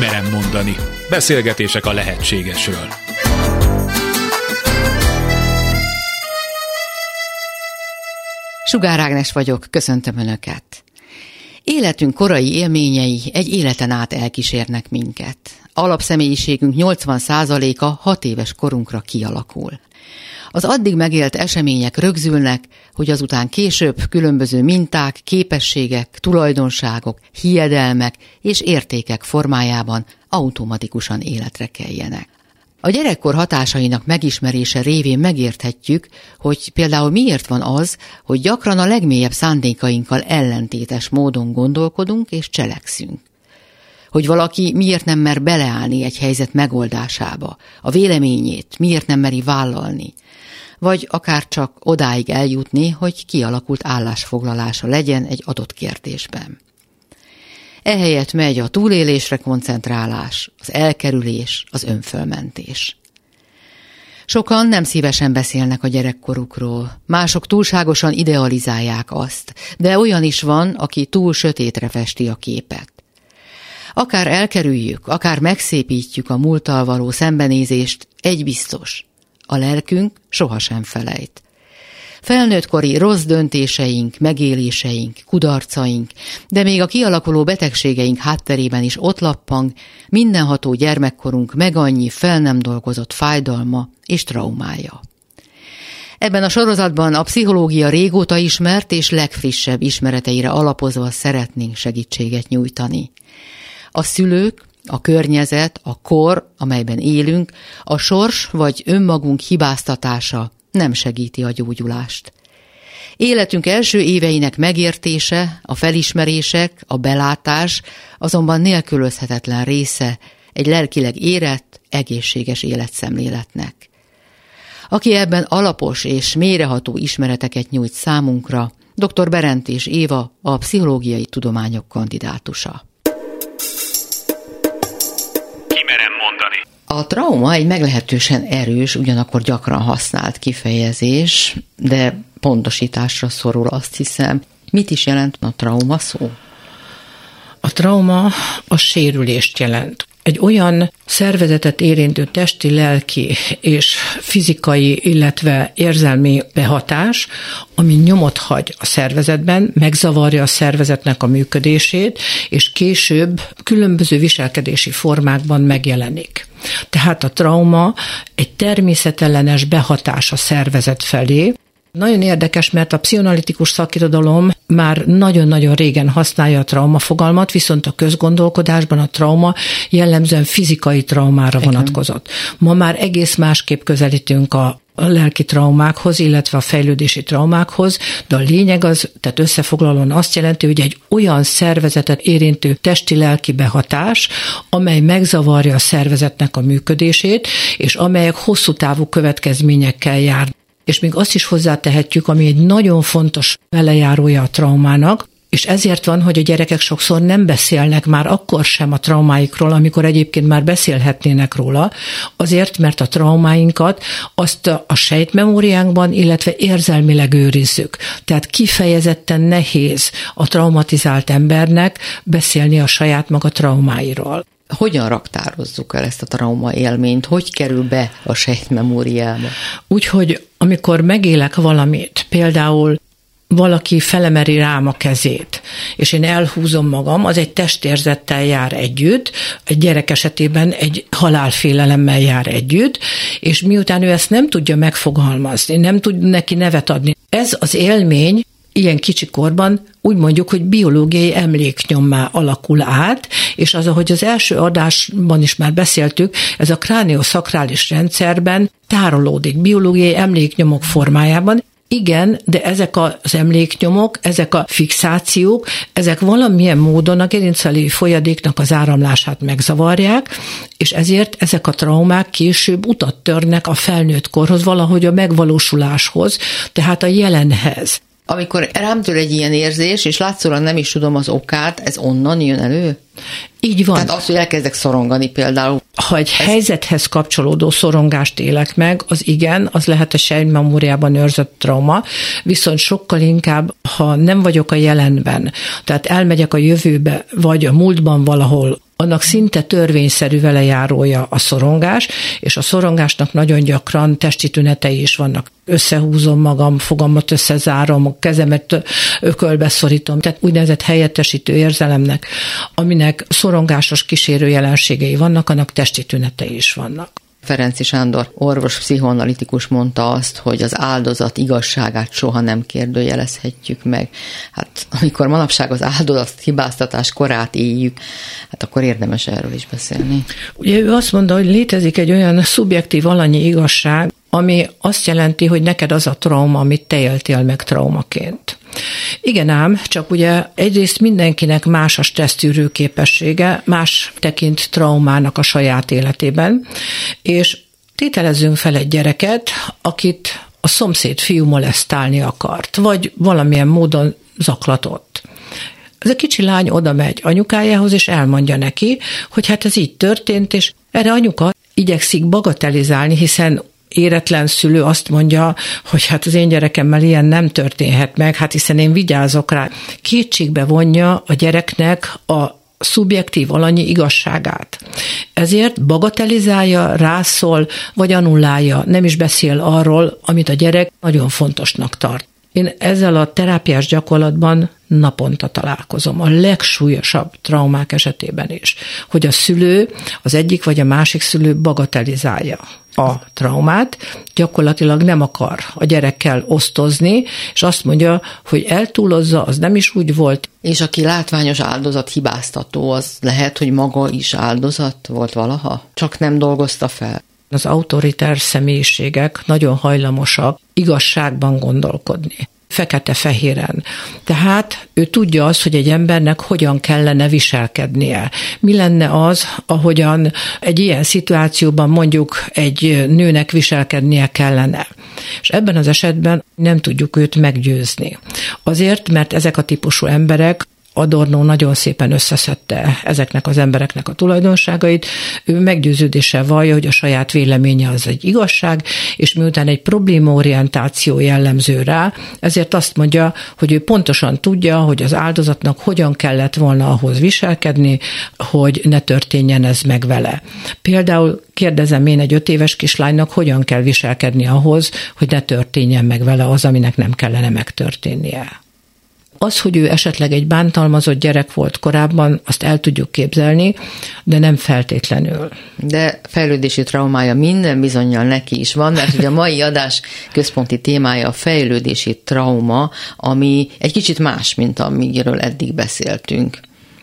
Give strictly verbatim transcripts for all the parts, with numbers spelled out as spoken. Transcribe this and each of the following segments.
Kimerem mondani. Beszélgetések a lehetségesről. Sugár Ágnes vagyok, köszöntöm Önöket. Életünk korai élményei egy életen át elkísérnek minket. Alapszemélyiségünk nyolcvan százaléka hat éves korunkra kialakul. Az addig megélt események rögzülnek, hogy azután később különböző minták, képességek, tulajdonságok, hiedelmek és értékek formájában automatikusan életre keljenek. A gyerekkor hatásainak megismerése révén megérthetjük, hogy például miért van az, hogy gyakran a legmélyebb szándékainkkal ellentétes módon gondolkodunk és cselekszünk. Hogy valaki miért nem mer beleállni egy helyzet megoldásába, a véleményét miért nem meri vállalni, vagy akár csak odáig eljutni, hogy kialakult állásfoglalása legyen egy adott kérdésben. Ehelyett megy a túlélésre koncentrálás, az elkerülés, az önfölmentés. Sokan nem szívesen beszélnek a gyerekkorukról, mások túlságosan idealizálják azt, de olyan is van, aki túl sötétre festi a képet. Akár elkerüljük, akár megszépítjük a múlttal való szembenézést, egy biztos, a lelkünk sohasem felejt. Felnőttkori rossz döntéseink, megéléseink, kudarcaink, de még a kialakuló betegségeink hátterében is ott lappang mindenható gyermekkorunk meg annyi fel nem dolgozott fájdalma és traumája. Ebben a sorozatban a pszichológia régóta ismert és legfrissebb ismereteire alapozva szeretnénk segítséget nyújtani. A szülők, a környezet, a kor, amelyben élünk, a sors vagy önmagunk hibáztatása nem segíti a gyógyulást. Életünk első éveinek megértése, a felismerések, a belátás azonban nélkülözhetetlen része egy lelkileg érett, egészséges életszemléletnek. Aki ebben alapos és mélyreható ismereteket nyújt számunkra, dr. Berentés Éva, a pszichológiai tudományok kandidátusa. A trauma egy meglehetősen erős, ugyanakkor gyakran használt kifejezés, de pontosításra szorul, azt hiszem. Mit is jelent a trauma szó? A trauma a sérülést jelent. Egy olyan szervezetet érintő testi, lelki és fizikai, illetve érzelmi behatás, ami nyomot hagy a szervezetben, megzavarja a szervezetnek a működését, és később különböző viselkedési formákban megjelenik. Tehát a trauma egy természetellenes behatás a szervezet felé. Nagyon érdekes, mert a pszichoanalitikus szakirodalom már nagyon-nagyon régen használja a trauma fogalmat, viszont a közgondolkodásban a trauma jellemzően fizikai traumára vonatkozott. Ma már egész másképp közelítünk a a lelki traumákhoz, illetve a fejlődési traumákhoz, de a lényeg az, tehát összefoglalóan azt jelenti, hogy egy olyan szervezetet érintő testi-lelki behatás, amely megzavarja a szervezetnek a működését, és amelyek hosszú távú következményekkel jár. És még azt is hozzátehetjük, ami egy nagyon fontos velejárója a traumának, és ezért van, hogy a gyerekek sokszor nem beszélnek már akkor sem a traumáikról, amikor egyébként már beszélhetnének róla, azért, mert a traumáinkat azt a sejtmemóriánkban, illetve érzelmileg őrizzük. Tehát kifejezetten nehéz a traumatizált embernek beszélni a saját maga traumáiról. Hogyan raktározzuk el ezt a trauma élményt? Hogy kerül be a sejtmemóriába? Úgyhogy amikor megélek valamit, például valaki felemeri rám a kezét, és én elhúzom magam, az egy testérzettel jár együtt, egy gyerek esetében egy halálfélelemmel jár együtt, és miután ő ezt nem tudja megfogalmazni, nem tud neki nevet adni, ez az élmény ilyen kicsi korban úgy mondjuk, hogy biológiai emléknyommá alakul át, és az, ahogy az első adásban is már beszéltük, ez a krániosakrális rendszerben tárolódik biológiai emléknyomok formájában. Igen, de ezek az emléknyomok, ezek a fixációk, ezek valamilyen módon a gerincvelői folyadéknak az áramlását megzavarják, és ezért ezek a traumák később utat törnek a felnőtt korhoz, valahogy a megvalósuláshoz, tehát a jelenhez. Amikor rám tör egy ilyen érzés, és látszólag nem is tudom az okát, ez onnan jön elő? Így van. Tehát az, hogy elkezdek szorongani például. Ha egy ez... helyzethez kapcsolódó szorongást élek meg, az igen, az lehet a sejtmemóriában őrzött trauma, viszont sokkal inkább, ha nem vagyok a jelenben, tehát elmegyek a jövőbe, vagy a múltban valahol annak szinte törvényszerű velejárója a szorongás, és a szorongásnak nagyon gyakran testi tünetei is vannak. Összehúzom magam, fogamat összezárom, a kezemet ökölbe szorítom, tehát úgynevezett helyettesítő érzelemnek, aminek szorongásos kísérő jelenségei vannak, annak testi tünetei is vannak. Ferenczy Sándor orvos pszichoanalitikus mondta azt, hogy az áldozat igazságát soha nem kérdőjelezhetjük meg. Hát amikor manapság az áldozat hibáztatás korát éljük, hát akkor érdemes erről is beszélni. Ugye ő azt mondta, hogy létezik egy olyan szubjektív alanyi igazság, ami azt jelenti, hogy neked az a trauma, amit te éltél meg traumaként. Igen ám, csak ugye egyrészt mindenkinek más a stressztűrő képessége, más tekint traumának a saját életében, és tételezzünk fel egy gyereket, akit a szomszéd fiú molesztálni akart, vagy valamilyen módon zaklatott. Ez a kicsi lány oda megy anyukájához, és elmondja neki, hogy hát ez így történt, és erre anyuka igyekszik bagatelizálni, hiszen éretlen szülő azt mondja, hogy hát az én gyerekemmel ilyen nem történhet meg, hát hiszen én vigyázok rá. Kétségbe vonja a gyereknek a szubjektív alanyi igazságát. Ezért bagatelizálja, rászól, vagy annullálja, nem is beszél arról, amit a gyerek nagyon fontosnak tart. Én ezzel a terápiás gyakorlatban naponta találkozom, a legsúlyosabb traumák esetében is, hogy a szülő, az egyik vagy a másik szülő bagatelizálja a traumát, gyakorlatilag nem akar a gyerekkel osztozni, és azt mondja, hogy eltúlozza, az nem is úgy volt. És aki látványos áldozat hibáztató, az lehet, hogy maga is áldozat volt valaha? Csak nem dolgozta fel? Az autoritár személyiségek nagyon hajlamosak igazságban gondolkodni. Fekete-fehéren. Tehát ő tudja azt, hogy egy embernek hogyan kellene viselkednie. Mi lenne az, ahogyan egy ilyen szituációban mondjuk egy nőnek viselkednie kellene. És ebben az esetben nem tudjuk őt meggyőzni. Azért, mert ezek a típusú emberek, Adorno nagyon szépen összeszedte ezeknek az embereknek a tulajdonságait. Ő meggyőződéssel vallja, hogy a saját véleménye az egy igazság, és miután egy problémaorientáció jellemző rá, ezért azt mondja, hogy ő pontosan tudja, hogy az áldozatnak hogyan kellett volna ahhoz viselkedni, hogy ne történjen ez meg vele. Például kérdezem én egy öt éves kislánynak, hogyan kell viselkedni ahhoz, hogy ne történjen meg vele az, aminek nem kellene megtörténnie. Az, hogy ő esetleg egy bántalmazott gyerek volt korábban, azt el tudjuk képzelni, de nem feltétlenül. De fejlődési traumája minden bizonnyal neki is van, mert ugye a mai adás központi témája a fejlődési trauma, ami egy kicsit más, mint amiről eddig beszéltünk.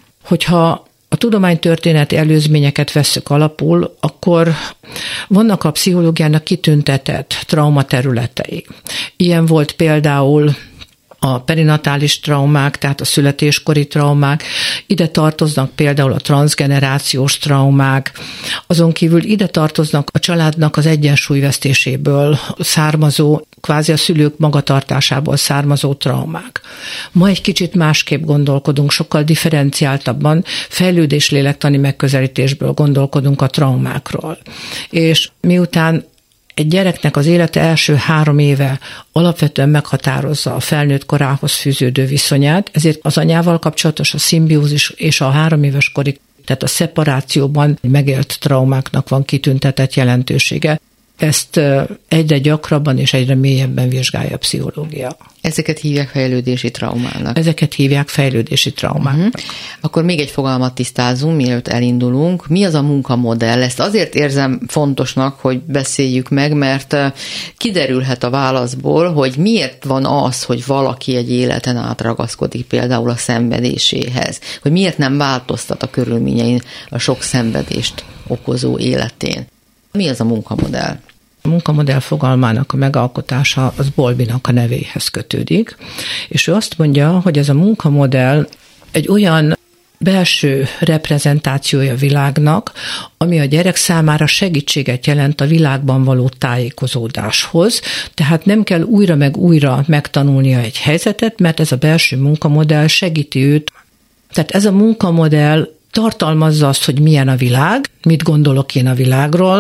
Hogyha a tudománytörténeti előzményeket vesszük alapul, akkor vannak a pszichológiának kitüntetett traumaterületei. Ilyen volt például a perinatális traumák, tehát a születéskori traumák, ide tartoznak például a transzgenerációs traumák, azon kívül ide tartoznak a családnak az egyensúlyvesztéséből származó, kvázi a szülők magatartásából származó traumák. Ma egy kicsit másképp gondolkodunk, sokkal differenciáltabban, fejlődés-lélektani megközelítésből gondolkodunk a traumákról. És miután egy gyereknek az élete első három éve alapvetően meghatározza a felnőtt korához fűződő viszonyát, ezért az anyával kapcsolatos a szimbiózis és a három éves korig, tehát a szeparációban megélt traumáknak van kitüntetett jelentősége. Ezt egyre gyakrabban és egyre mélyebben vizsgálja a pszichológia. Ezeket hívják fejlődési traumának. Ezeket hívják fejlődési traumának. Uh-huh. Akkor még egy fogalmat tisztázunk, mielőtt elindulunk. Mi az a munkamodell? Ezt azért érzem fontosnak, hogy beszéljük meg, mert kiderülhet a válaszból, hogy miért van az, hogy valaki egy életen át ragaszkodik például a szenvedéséhez. Hogy miért nem változtat a körülményein a sok szenvedést okozó életén. Mi az a munkamodell? A munkamodell fogalmának a megalkotása az Bowlbynak a nevéhez kötődik, és ő azt mondja, hogy ez a munkamodell egy olyan belső reprezentációja a világnak, ami a gyerek számára segítséget jelent a világban való tájékozódáshoz, tehát nem kell újra meg újra megtanulnia egy helyzetet, mert ez a belső munkamodell segíti őt. Tehát ez a munkamodell tartalmazza azt, hogy milyen a világ, mit gondolok én a világról,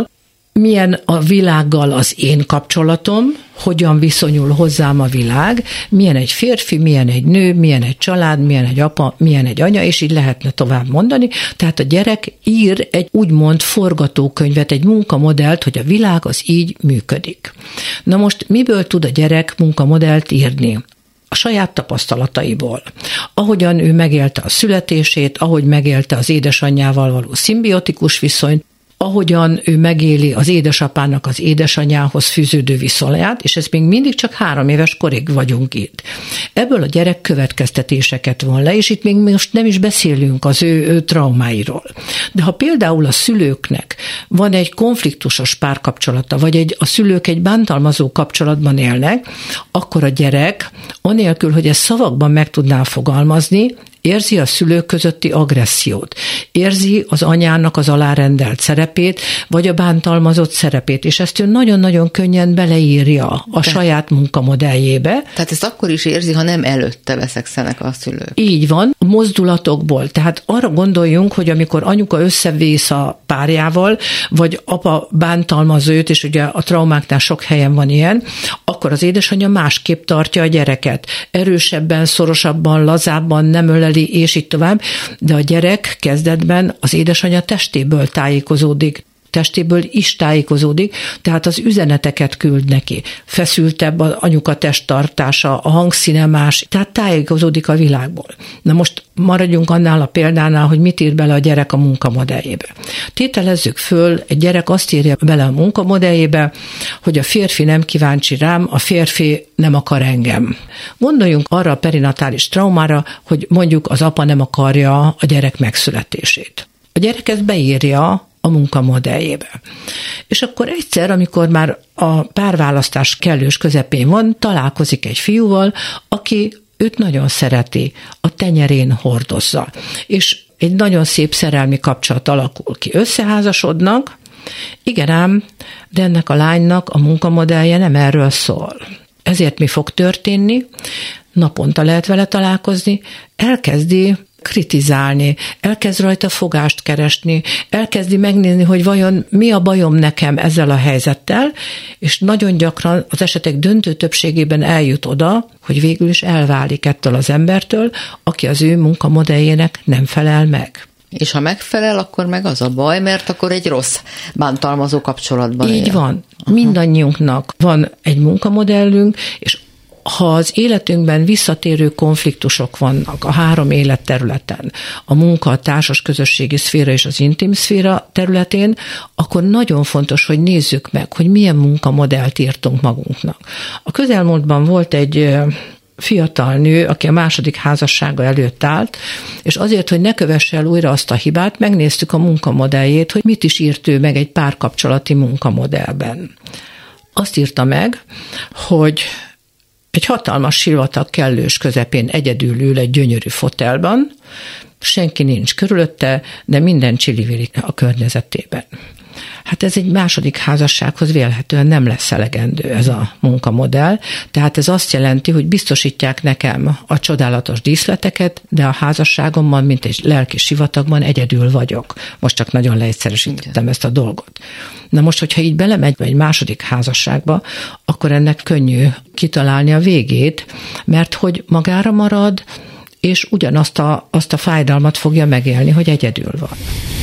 milyen a világgal az én kapcsolatom, hogyan viszonyul hozzám a világ, milyen egy férfi, milyen egy nő, milyen egy család, milyen egy apa, milyen egy anya, és így lehetne tovább mondani. Tehát a gyerek ír egy úgymond forgatókönyvet, egy munkamodellt, hogy a világ az így működik. Na most miből tud a gyerek munkamodellt írni? A saját tapasztalataiból. Ahogyan ő megélte a születését, ahogy megélte az édesanyjával való szimbiotikus viszonyt, ahogyan ő megéli az édesapának az édesanyjához fűződő viszonyát, és ez még mindig csak három éves korig vagyunk itt. Ebből a gyerek következtetéseket von le, és itt még most nem is beszélünk az ő, ő traumáiról. De ha például a szülőknek van egy konfliktusos párkapcsolata, vagy egy, a szülők egy bántalmazó kapcsolatban élnek, akkor a gyerek, anélkül, hogy ezt szavakban meg tudná fogalmazni, érzi a szülők közötti agressziót, érzi az anyának az alárendelt szerepét, vagy a bántalmazott szerepét, és ezt ő nagyon-nagyon könnyen beleírja a De. saját munkamodelljébe. Tehát ezt akkor is érzi, ha nem előtte veszekszenek a szülők. Így van, mozdulatokból. Tehát arra gondoljunk, hogy amikor anyuka összevész a párjával, vagy apa bántalmaz őt, és ugye a traumáknál sok helyen van ilyen, akkor az édesanyja másképp tartja a gyereket. Erősebben, szorosabban, lazábban, nem öleli, és így tovább, de a gyerek kezdetben az édesanyja testéből tájékozódik, testéből is tájékozódik, tehát az üzeneteket küld neki. Feszültebb az anyuka testtartása, a hangszíne más, tehát tájékozódik a világból. Na most maradjunk annál a példánál, hogy mit ír bele a gyerek a munkamodelljébe. Tételezzük föl, egy gyerek azt írja bele a munkamodelljébe, hogy a férfi nem kíváncsi rám, a férfi nem akar engem. Gondoljunk arra a perinatális traumára, hogy mondjuk az apa nem akarja a gyerek megszületését. A gyerek ezt beírja a munkamodelljébe. És akkor egyszer, amikor már a párválasztás kellős közepén van, találkozik egy fiúval, aki őt nagyon szereti, a tenyerén hordozza. És egy nagyon szép szerelmi kapcsolat alakul ki. Összeházasodnak, igen ám, de ennek a lánynak a munkamodellje nem erről szól. Ezért mi fog történni? Naponta lehet vele találkozni, elkezdi kritizálni, elkezd rajta fogást keresni, elkezdi megnézni, hogy vajon mi a bajom nekem ezzel a helyzettel, és nagyon gyakran az esetek döntő többségében eljut oda, hogy végül is elválik ettől az embertől, aki az ő munkamodelljének nem felel meg. És ha megfelel, akkor meg az a baj, mert akkor egy rossz bántalmazó kapcsolatban él. Így van. Aha. Mindannyiunknak van egy munkamodellünk, és ha az életünkben visszatérő konfliktusok vannak a három életterületen, a munka, a társas közösségi szféra és az intim szféra területén, akkor nagyon fontos, hogy nézzük meg, hogy milyen munkamodellt írtunk magunknak. A közelmúltban volt egy fiatal nő, aki a második házassága előtt állt, és azért, hogy ne kövesse el újra azt a hibát, megnéztük a munkamodelljét, hogy mit is írt ő meg egy párkapcsolati munkamodellben. Azt írta meg, hogy egy hatalmas sivatag kellős közepén egyedül ül egy gyönyörű fotelban, senki nincs körülötte, de minden csili-vili a környezetében. Hát ez egy második házassághoz vélhetően nem lesz elegendő ez a munkamodell, tehát ez azt jelenti, hogy biztosítják nekem a csodálatos díszleteket, de a házasságomban, mint egy lelki sivatagban egyedül vagyok. Most csak nagyon leegyszerűsítettem ezt a dolgot. Na most, hogyha így belemegy egy második házasságba, akkor ennek könnyű kitalálni a végét, mert hogy magára marad, és ugyanazt a, azt a fájdalmat fogja megélni, hogy egyedül van.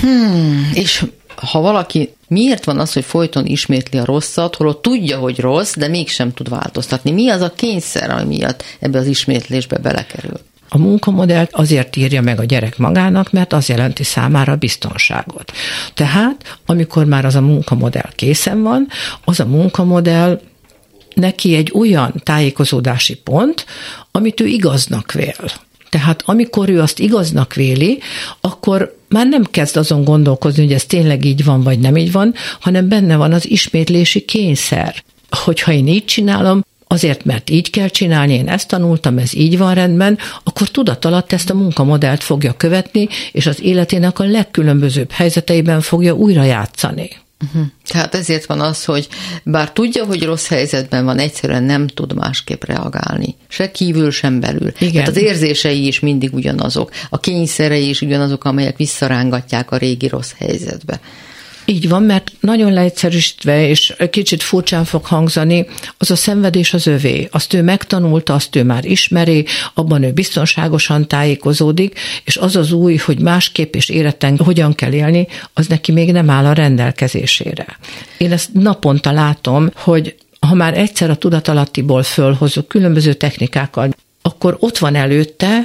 Hmm, és ha valaki, miért van az, hogy folyton ismétli a rosszat, holott tudja, hogy rossz, de mégsem tud változtatni? Mi az a kényszer, ami miatt ebbe az ismétlésbe belekerül? A munkamodellt azért írja meg a gyerek magának, mert az jelenti számára a biztonságot. Tehát, amikor már az a munkamodell készen van, az a munkamodell neki egy olyan tájékozódási pont, amit ő igaznak vél. Tehát amikor ő azt igaznak véli, akkor már nem kezd azon gondolkozni, hogy ez tényleg így van, vagy nem így van, hanem benne van az ismétlési kényszer. Hogyha én így csinálom, azért, mert így kell csinálni, én ezt tanultam, ez így van rendben, akkor tudatalatt ezt a munkamodellt fogja követni, és az életének a legkülönbözőbb helyzeteiben fogja újra játszani. Uh-huh. Tehát ezért van az, hogy bár tudja, hogy rossz helyzetben van, egyszerűen nem tud másképp reagálni. Se kívül, sem belül. Igen. Tehát az érzései is mindig ugyanazok. A kényszerei is ugyanazok, amelyek visszarángatják a régi rossz helyzetbe. Így van, mert nagyon leegyszerűsítve, és kicsit furcsán fog hangzani, az a szenvedés az övé. Azt ő megtanulta, azt ő már ismeri, abban ő biztonságosan tájékozódik, és az az új, hogy másképp és életen hogyan kell élni, az neki még nem áll a rendelkezésére. Én ezt naponta látom, hogy ha már egyszer a tudatalattiból fölhozzuk különböző technikákkal, akkor ott van előtte,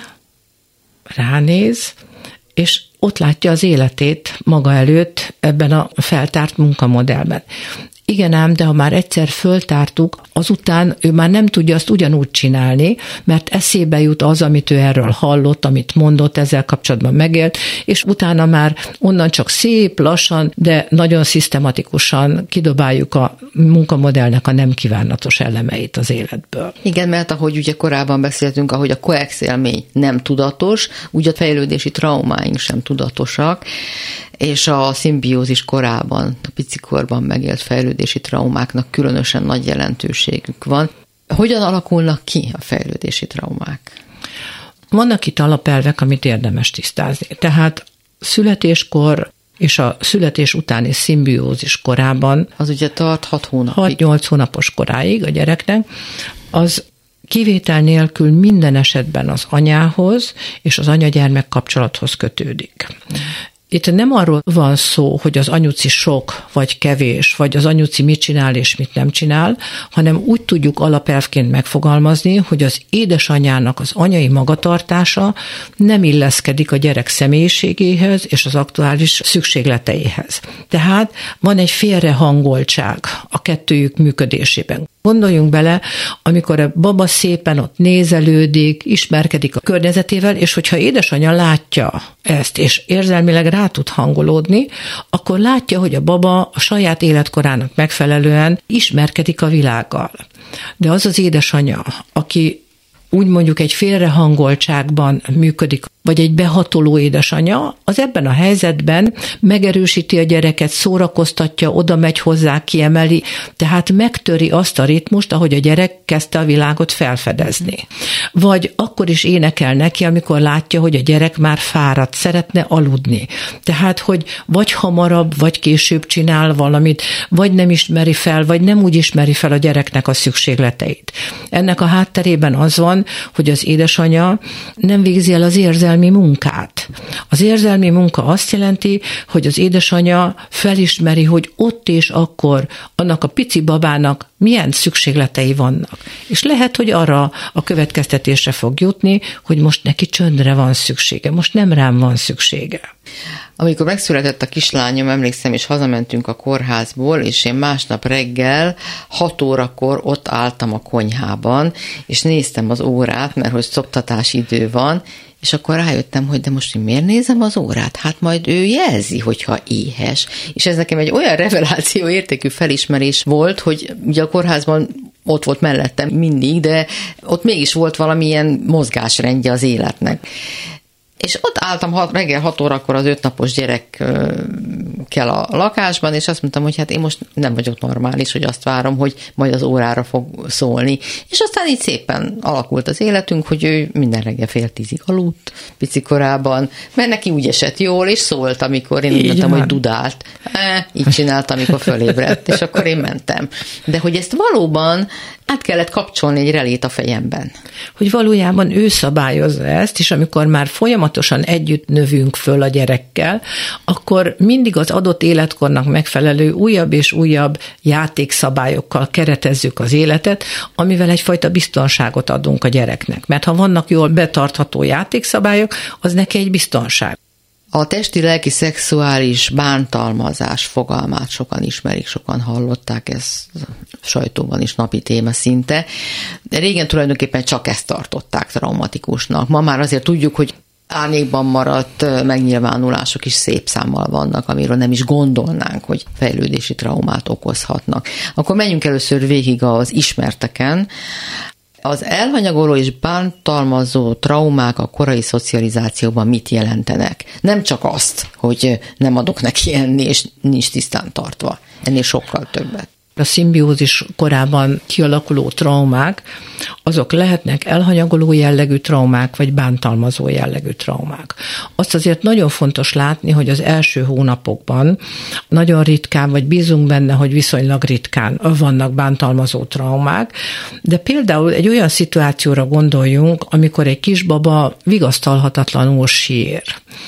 ránéz, és ott látja az életét maga előtt ebben a feltárt munkamodellben. Igen ám, de ha már egyszer föltártuk, azután ő már nem tudja azt ugyanúgy csinálni, mert eszébe jut az, amit ő erről hallott, amit mondott, ezzel kapcsolatban megélt, és utána már onnan csak szép, lassan, de nagyon szisztematikusan kidobáljuk a munkamodellnek a nem kívánatos elemeit az életből. Igen, mert ahogy ugye korábban beszéltünk, ahogy a koex élmény nem tudatos, úgy a fejlődési traumáink sem tudatosak, és a szimbiózis korában, a picikorban megélt fejlődési traumáknak különösen nagy jelentőségük van. Hogyan alakulnak ki a fejlődési traumák? Vannak itt alapelvek, amit érdemes tisztázni. Tehát születéskor és a születés utáni szimbiózis korában, az ugye tart hat hónapig. hat-nyolc hónapos koráig a gyereknek, az kivétel nélkül minden esetben az anyához és az anya-gyermek kapcsolathoz kötődik. Itt nem arról van szó, hogy az anyuci sok, vagy kevés, vagy az anyuci mit csinál és mit nem csinál, hanem úgy tudjuk alapelvként megfogalmazni, hogy az édesanyának az anyai magatartása nem illeszkedik a gyerek személyiségéhez és az aktuális szükségleteihez. Tehát van egy félrehangoltság a kettőjük működésében. Gondoljunk bele, amikor a baba szépen ott nézelődik, ismerkedik a környezetével, és hogyha édesanyja látja ezt, és érzelmileg rá tud hangolódni, akkor látja, hogy a baba a saját életkorának megfelelően ismerkedik a világgal. De az az édesanyja, aki úgy mondjuk egy félrehangoltságban működik, vagy egy behatoló édesanyja, az ebben a helyzetben megerősíti a gyereket, szórakoztatja, oda megy hozzá, kiemeli, tehát megtöri azt a ritmust, ahogy a gyerek kezdte a világot felfedezni. Vagy akkor is énekel neki, amikor látja, hogy a gyerek már fáradt, szeretne aludni. Tehát, hogy vagy hamarabb, vagy később csinál valamit, vagy nem ismeri fel, vagy nem úgy ismeri fel a gyereknek a szükségleteit. Ennek a hátterében az van, hogy az édesanyja nem végzi el az érzelmi munkát. Az érzelmi munka azt jelenti, hogy az édesanyja felismeri, hogy ott és akkor annak a pici babának milyen szükségletei vannak. És lehet, hogy arra a következtetésre fog jutni, hogy most neki csöndre van szüksége, most nem rám van szüksége. Amikor megszületett a kislányom, emlékszem, és hazamentünk a kórházból, és én másnap reggel hat órakor ott álltam a konyhában, és néztem az órát, mert hogy szoptatási idő van, és akkor rájöttem, hogy de most én miért nézem az órát? Hát majd ő jelzi, hogyha éhes. És ez nekem egy olyan reveláció értékű felismerés volt, hogy ugye a kórházban ott volt mellettem mindig, de ott mégis volt valamilyen mozgásrendje az életnek. És ott álltam hat, reggel hat órakor az ötnapos gyerekkel a lakásban, és azt mondtam, hogy hát én most nem vagyok normális, hogy azt várom, hogy majd az órára fog szólni. És aztán így szépen alakult az életünk, hogy ő minden reggel fél tízig aludt, picikorában, mert neki úgy esett jól, és szólt, amikor én úgy mondtam, hogy dudált. E, így csináltam, amikor fölébredt, és akkor én mentem. De hogy ezt valóban át kellett kapcsolni egy relét a fejemben. Hogy valójában ő szabályozza ezt, és amikor már folyamatosan együtt növünk föl a gyerekkel, akkor mindig az adott életkornak megfelelő újabb és újabb játékszabályokkal keretezzük az életet, amivel egyfajta biztonságot adunk a gyereknek. Mert ha vannak jól betartható játékszabályok, az neki egy biztonság. A testi, lelki, szexuális bántalmazás fogalmát sokan ismerik, sokan hallották, ez sajtóban is napi téma szinte. De régen tulajdonképpen csak ezt tartották traumatikusnak. Ma már azért tudjuk, hogy árnyékban maradt megnyilvánulások is szép számmal vannak, amiről nem is gondolnánk, hogy fejlődési traumát okozhatnak. Akkor menjünk először végig az ismerteken. Az elhanyagoló és bántalmazó traumák a korai szocializációban mit jelentenek? Nem csak azt, hogy nem adok neki enni, és nincs tisztán tartva. Ennél sokkal többet. A szimbiózis korában kialakuló traumák, azok lehetnek elhanyagoló jellegű traumák, vagy bántalmazó jellegű traumák. Azt azért nagyon fontos látni, hogy az első hónapokban nagyon ritkán, vagy bízunk benne, hogy viszonylag ritkán vannak bántalmazó traumák, de például egy olyan szituációra gondoljunk, amikor egy kisbaba vigasztalhatatlanul sír,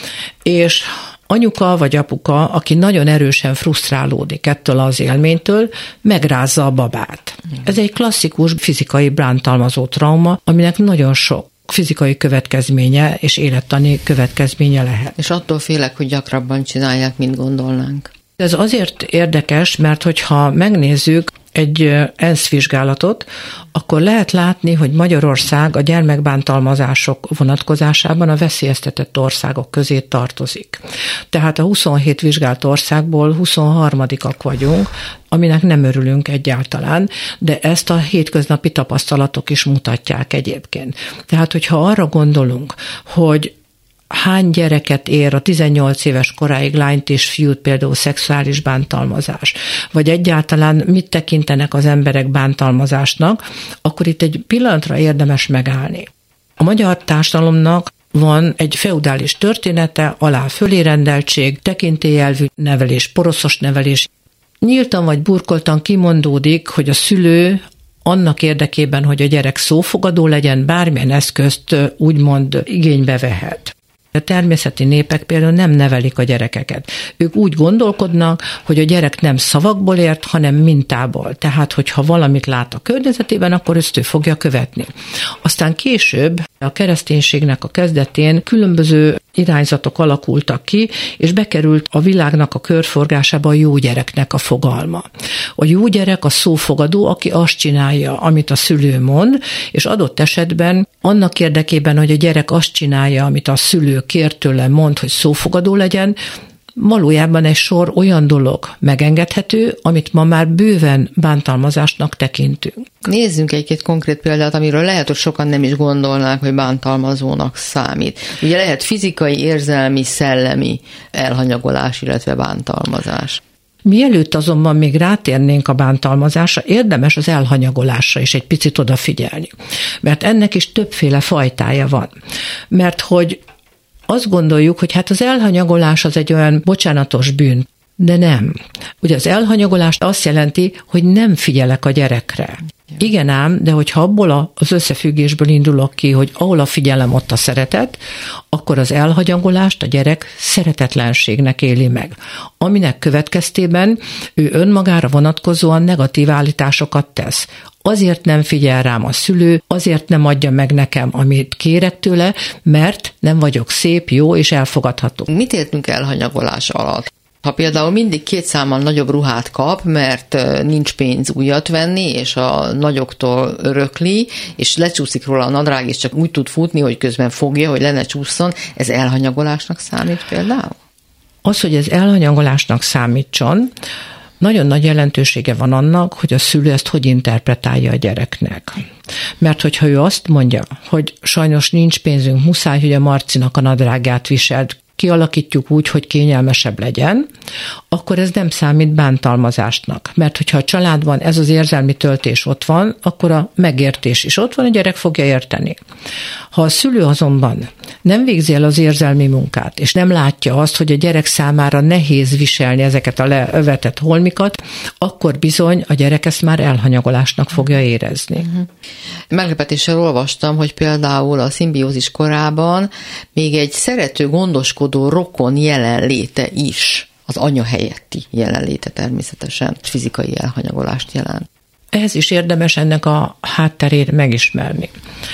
és anyuka vagy apuka, aki nagyon erősen frusztrálódik ettől az élménytől, megrázza a babát. Ez egy klasszikus fizikai bántalmazó trauma, aminek nagyon sok fizikai következménye és élettani következménye lehet. És attól félek, hogy gyakrabban csinálják, mint gondolnánk. Ez azért érdekes, mert hogyha megnézzük egy ENSZ vizsgálatot, akkor lehet látni, hogy Magyarország a gyermekbántalmazások vonatkozásában a veszélyeztetett országok közé tartozik. Tehát a huszonhét vizsgált országból huszonharmadikak vagyunk, aminek nem örülünk egyáltalán, de ezt a hétköznapi tapasztalatok is mutatják egyébként. Tehát, hogyha arra gondolunk, hogy hány gyereket ér a tizennyolc éves koráig lányt és fiút például szexuális bántalmazás, vagy egyáltalán mit tekintenek az emberek bántalmazásnak, akkor itt egy pillanatra érdemes megállni. A magyar társadalomnak van egy feudális története, alá fölérendeltség, tekintélyelvű nevelés, poroszos nevelés. Nyíltan vagy burkoltan kimondódik, hogy a szülő annak érdekében, hogy a gyerek szófogadó legyen, bármilyen eszközt úgymond igénybe vehet. A természeti népek például nem nevelik a gyerekeket. Ők úgy gondolkodnak, hogy a gyerek nem szavakból ért, hanem mintából. Tehát, hogyha valamit lát a környezetében, akkor ezt ő fogja követni. Aztán később a kereszténységnek a kezdetén különböző irányzatok alakultak ki, és bekerült a világnak a körforgásába a jó gyereknek a fogalma. A jó gyerek a szófogadó, aki azt csinálja, amit a szülő mond, és adott esetben annak érdekében, hogy a gyerek azt csinálja, amit a szülő kér tőle, mond, hogy szófogadó legyen, valójában egy sor olyan dolog megengedhető, amit ma már bőven bántalmazásnak tekintünk. Nézzünk egy-két konkrét példát, amiről lehet, hogy sokan nem is gondolnák, hogy bántalmazónak számít. Ugye lehet fizikai, érzelmi, szellemi elhanyagolás, illetve bántalmazás. Mielőtt azonban még rátérnénk a bántalmazásra, érdemes az elhanyagolásra is egy picit odafigyelni. Mert ennek is többféle fajtája van. Mert hogy azt gondoljuk, hogy hát az elhanyagolás az egy olyan bocsánatos bűn, de nem. Ugye az elhanyagolás azt jelenti, hogy nem figyelek a gyerekre. Igen ám, de hogyha abból az összefüggésből indulok ki, hogy ahol a figyelem, ott a szeretet, akkor az elhanyagolást a gyerek szeretetlenségnek éli meg. Aminek következtében ő önmagára vonatkozóan negatív állításokat tesz. Azért nem figyel rám a szülő, azért nem adja meg nekem, amit kérek tőle, mert nem vagyok szép, jó és elfogadható. Mit értünk elhanyagolás alatt? Ha például mindig két számmal nagyobb ruhát kap, mert nincs pénz újat venni, és a nagyoktól örökli, és lecsúszik róla a nadrág, és csak úgy tud futni, hogy közben fogja, hogy le ne csúszson, ez elhanyagolásnak számít például? Az, hogy ez elhanyagolásnak számítson, nagyon nagy jelentősége van annak, hogy a szülő ezt hogy interpretálja a gyereknek. Mert hogyha ő azt mondja, hogy sajnos nincs pénzünk, muszáj, hogy a Marcinak a nadrágját viseld, kialakítjuk úgy, hogy kényelmesebb legyen, akkor ez nem számít bántalmazásnak. Mert hogyha a családban ez az érzelmi töltés ott van, akkor a megértés is ott van, a gyerek fogja érteni. Ha a szülő azonban nem végzi el az érzelmi munkát, és nem látja azt, hogy a gyerek számára nehéz viselni ezeket a levetett holmikat, akkor bizony a gyerek ezt már elhanyagolásnak fogja érezni. Uh-huh. Meglepetéssel olvastam, hogy például a szimbiózis korában még egy szerető, gondoskodó rokon jelenléte is, az anya helyetti jelenléte természetesen fizikai elhanyagolást jelent. Ehhez is érdemes ennek a hátterét megismerni.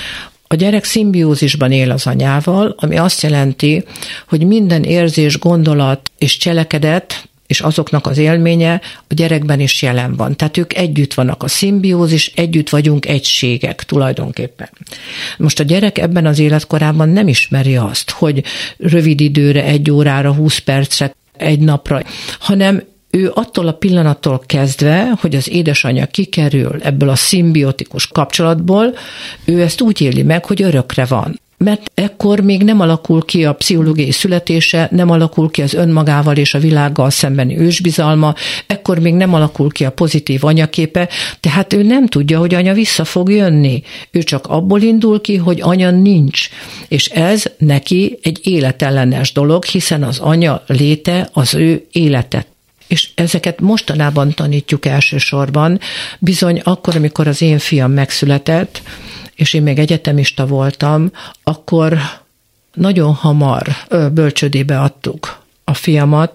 A gyerek szimbiózisban él az anyával, ami azt jelenti, hogy minden érzés, gondolat és cselekedet, és azoknak az élménye a gyerekben is jelen van. Tehát ők együtt vannak, a szimbiózis, együtt vagyunk egységek tulajdonképpen. Most a gyerek ebben az életkorában nem ismeri azt, hogy rövid időre, egy órára, húsz percre, egy napra, hanem ő attól a pillanattól kezdve, hogy az édesanyja kikerül ebből a szimbiotikus kapcsolatból, ő ezt úgy éli meg, hogy örökre van. mert ekkor még nem alakul ki a pszichológiai születése, nem alakul ki az önmagával és a világgal szembeni ősbizalma, ekkor még nem alakul ki a pozitív anyaképe, tehát ő nem tudja, hogy anya vissza fog jönni. Ő csak abból indul ki, hogy anya nincs. És ez neki egy életellenes dolog, hiszen az anya léte az ő élete. És ezeket mostanában tanítjuk elsősorban, bizony akkor, amikor az én fiam megszületett, és én még egyetemista voltam, akkor nagyon hamar bölcsődébe adtuk a fiamat,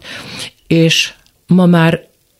és ma már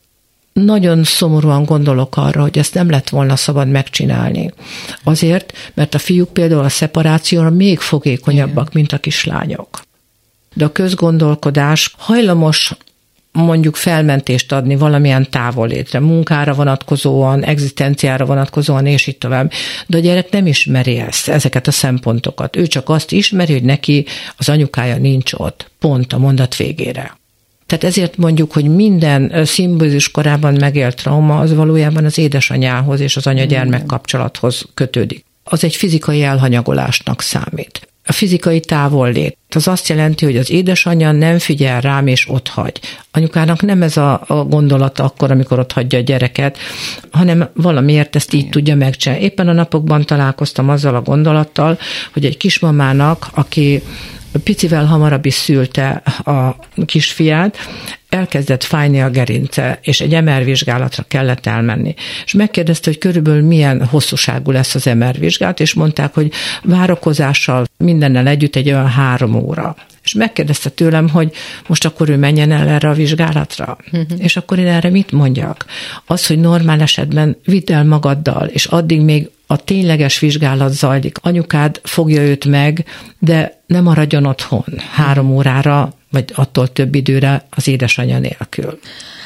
nagyon szomorúan gondolok arra, hogy ezt nem lett volna szabad megcsinálni. Azért, mert a fiúk például a szeparációra még fogékonyabbak, mint a kislányok. De a közgondolkodás hajlamos mondjuk felmentést adni valamilyen távollétre, munkára vonatkozóan, egzisztenciára vonatkozóan, és így tovább. De a gyerek nem ismeri ezt, ezeket a szempontokat. Ő csak azt ismeri, hogy neki az anyukája nincs ott, pont a mondat végére. Tehát ezért mondjuk, hogy minden szimbiózis korában megélt trauma, az valójában az édesanyához és az anya-gyermek kapcsolathoz kötődik. Az egy fizikai elhanyagolásnak számít. A fizikai távollét, az azt jelenti, hogy az édesanyja nem figyel rám és otthagy. Anyukának nem ez a, a gondolata akkor, amikor otthagyja a gyereket, hanem valamiért ezt így Igen. tudja megcsinálni. Éppen a napokban találkoztam azzal a gondolattal, hogy egy kismamának, aki picivel hamarabb is szülte a kisfiát, elkezdett fájni a gerince, és egy em er vizsgálatra kellett elmenni. És megkérdezte, hogy körülbelül milyen hosszúságú lesz az em er vizsgálat, és mondták, hogy várakozással mindennel együtt egy olyan három óra. És megkérdezte tőlem, hogy most akkor ő menjen el erre a vizsgálatra. Uh-huh. És akkor én erre mit mondjak? Az, hogy normál esetben vidd el magaddal, és addig még a tényleges vizsgálat zajlik. Anyukád fogja őt meg, de nem maradjon otthon három órára, vagy attól több időre az édesanyja nélkül.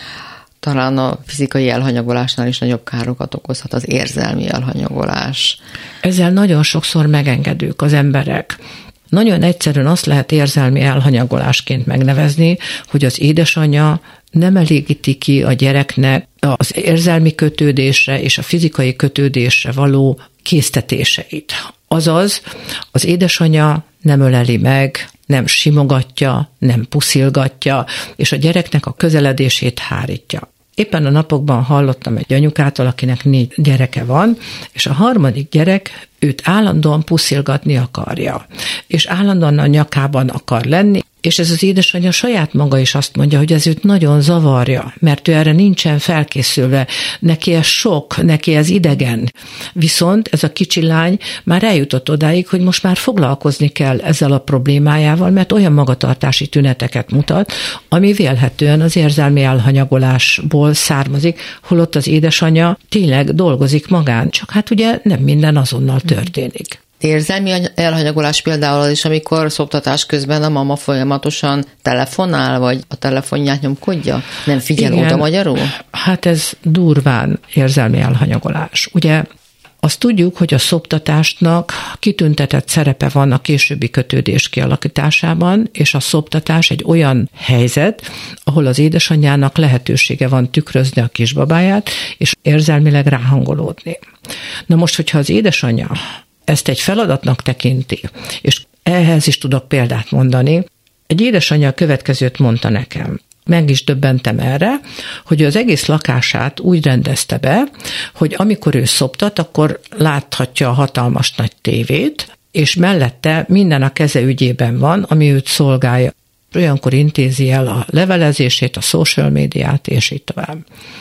Talán a fizikai elhanyagolásnál is nagyobb károkat okozhat az érzelmi elhanyagolás. Ezzel nagyon sokszor megengedők az emberek. Nagyon egyszerűen azt lehet érzelmi elhanyagolásként megnevezni, hogy az édesanyja nem elégíti ki a gyereknek az érzelmi kötődésre és a fizikai kötődésre való késztetéseit. Azaz, az édesanyja nem öleli meg, nem simogatja, nem puszilgatja, és a gyereknek a közeledését hárítja. Éppen a napokban hallottam egy anyukától, akinek négy gyereke van, és a harmadik gyerek őt állandóan puszilgatni akarja, és állandóan a nyakában akar lenni, és ez az édesanyja saját maga is azt mondja, hogy ez őt nagyon zavarja, mert ő erre nincsen felkészülve, neki ez sok, neki ez idegen. Viszont ez a kicsi lány már eljutott odáig, hogy most már foglalkozni kell ezzel a problémájával, mert olyan magatartási tüneteket mutat, ami vélhetően az érzelmi elhanyagolásból származik, holott az édesanyja tényleg dolgozik magán, csak hát ugye nem minden azonnal történik. Érzelmi elhanyagolás például az is, amikor szoptatás közben a mama folyamatosan telefonál, vagy a telefonját nyomkodja? Nem figyel Igen. oda magyarul? Hát ez durván érzelmi elhanyagolás. Ugye azt tudjuk, hogy a szoptatásnak kitüntetett szerepe van a későbbi kötődés kialakításában, és a szoptatás egy olyan helyzet, ahol az édesanyjának lehetősége van tükrözni a kisbabáját, és érzelmileg ráhangolódni. Na most, hogyha az édesanyja ezt egy feladatnak tekinti, és ehhez is tudok példát mondani. Egy édesanyja a következőt mondta nekem. Meg is döbbentem erre, hogy ő az egész lakását úgy rendezte be, hogy amikor ő szoptat, akkor láthatja a hatalmas nagy tévét, és mellette minden a keze ügyében van, ami őt szolgálja. Olyankor intézi el a levelezését, a social médiát, és így tovább.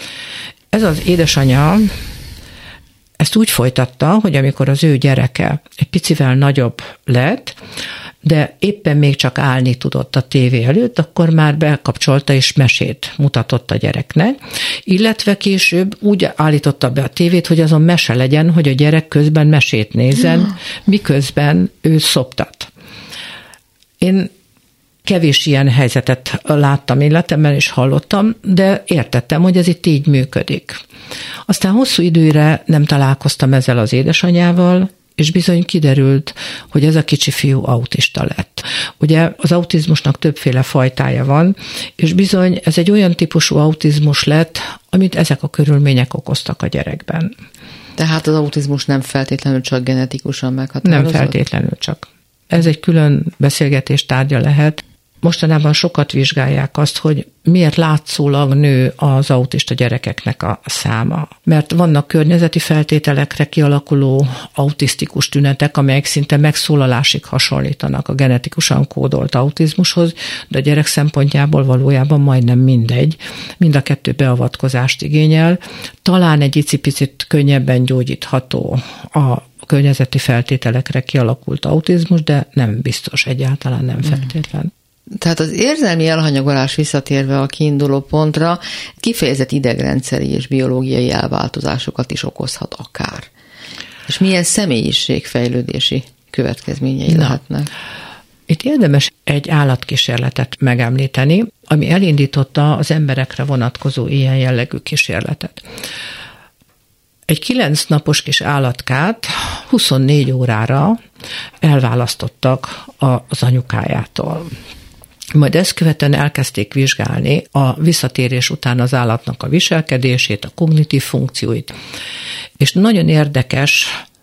Ez az édesanyja ezt úgy folytatta, hogy amikor az ő gyereke egy picivel nagyobb lett, de éppen még csak állni tudott a tévé előtt, akkor már bekapcsolta és mesét mutatott a gyereknek, illetve később úgy állította be a tévét, hogy azon mese legyen, hogy a gyerek közben mesét nézzen, miközben ő szoptat. Én kevés ilyen helyzetet láttam életemben, és hallottam, de értettem, hogy ez itt így működik. Aztán hosszú időre nem találkoztam ezzel az édesanyával, és bizony kiderült, hogy ez a kicsi fiú autista lett. Ugye az autizmusnak többféle fajtája van, és bizony ez egy olyan típusú autizmus lett, amit ezek a körülmények okoztak a gyerekben. Tehát az autizmus nem feltétlenül csak genetikusan meghatározott? Nem feltétlenül csak. Ez egy külön beszélgetés tárgya lehet. Mostanában sokat vizsgálják azt, hogy miért látszólag nő az autista gyerekeknek a száma. Mert vannak környezeti feltételekre kialakuló autisztikus tünetek, amelyek szinte megszólalásig hasonlítanak a genetikusan kódolt autizmushoz, de a gyerek szempontjából valójában majdnem mindegy. Mind a kettő beavatkozást igényel. Talán egy icipicit könnyebben gyógyítható a környezeti feltételekre kialakult autizmus, de nem biztos, egyáltalán nem feltétlen. Tehát az érzelmi elhanyagolás, visszatérve a kiinduló pontra, kifejezett idegrendszeri és biológiai elváltozásokat is okozhat akár. És milyen személyiségfejlődési következményei Na. lehetnek? Itt érdemes egy állatkísérletet megemlíteni, ami elindította az emberekre vonatkozó ilyen jellegű kísérletet. Egy kilenc napos kis állatkát huszonnégy órára elválasztottak az anyukájától. Majd ezt követően elkezdték vizsgálni a visszatérés után az állatnak a viselkedését, a kognitív funkcióit, és nagyon érdekes,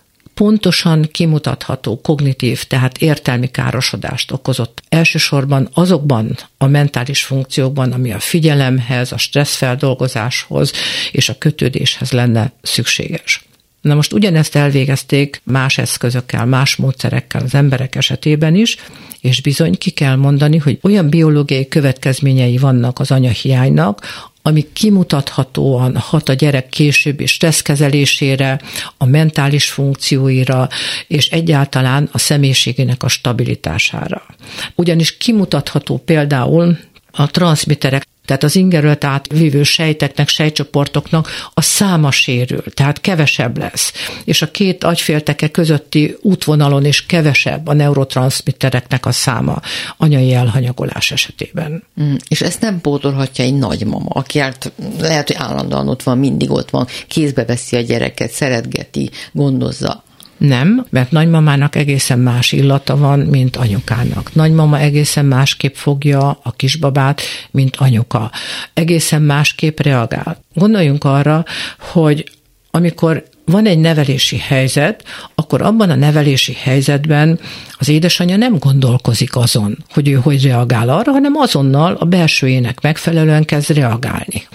pontosan kimutatható kognitív, tehát értelmi károsodást okozott elsősorban azokban a mentális funkciókban, ami a figyelemhez, a stresszfeldolgozáshoz és a kötődéshez lenne szükséges. Na most ugyanezt elvégezték más eszközökkel, más módszerekkel az emberek esetében is, és bizony ki kell mondani, hogy olyan biológiai következményei vannak az anyahiánynak, ami kimutathatóan hat a gyerek későbbi stresszkezelésére, a mentális funkcióira, és egyáltalán a személyiségének a stabilitására. Ugyanis kimutatható például a transzmitterek, tehát az ingerült átvívő sejteknek, sejtcsoportoknak a száma sérül, tehát kevesebb lesz. És a két agyfélteke közötti útvonalon is kevesebb a neurotranszmittereknek a száma anyai elhanyagolás esetében. Mm, és ezt nem pótolhatja egy nagymama, aki hát lehet, hogy állandóan ott van, mindig ott van, kézbe veszi a gyereket, szeretgeti, gondozza. Nem, mert nagymamának egészen más illata van, mint anyukának. Nagymama egészen másképp fogja a kisbabát, mint anyuka. Egészen másképp reagál. Gondoljunk arra, hogy amikor van egy nevelési helyzet, akkor abban a nevelési helyzetben az édesanyja nem gondolkozik azon, hogy ő hogy reagál arra, hanem azonnal a belsőjének megfelelően kezd reagálni.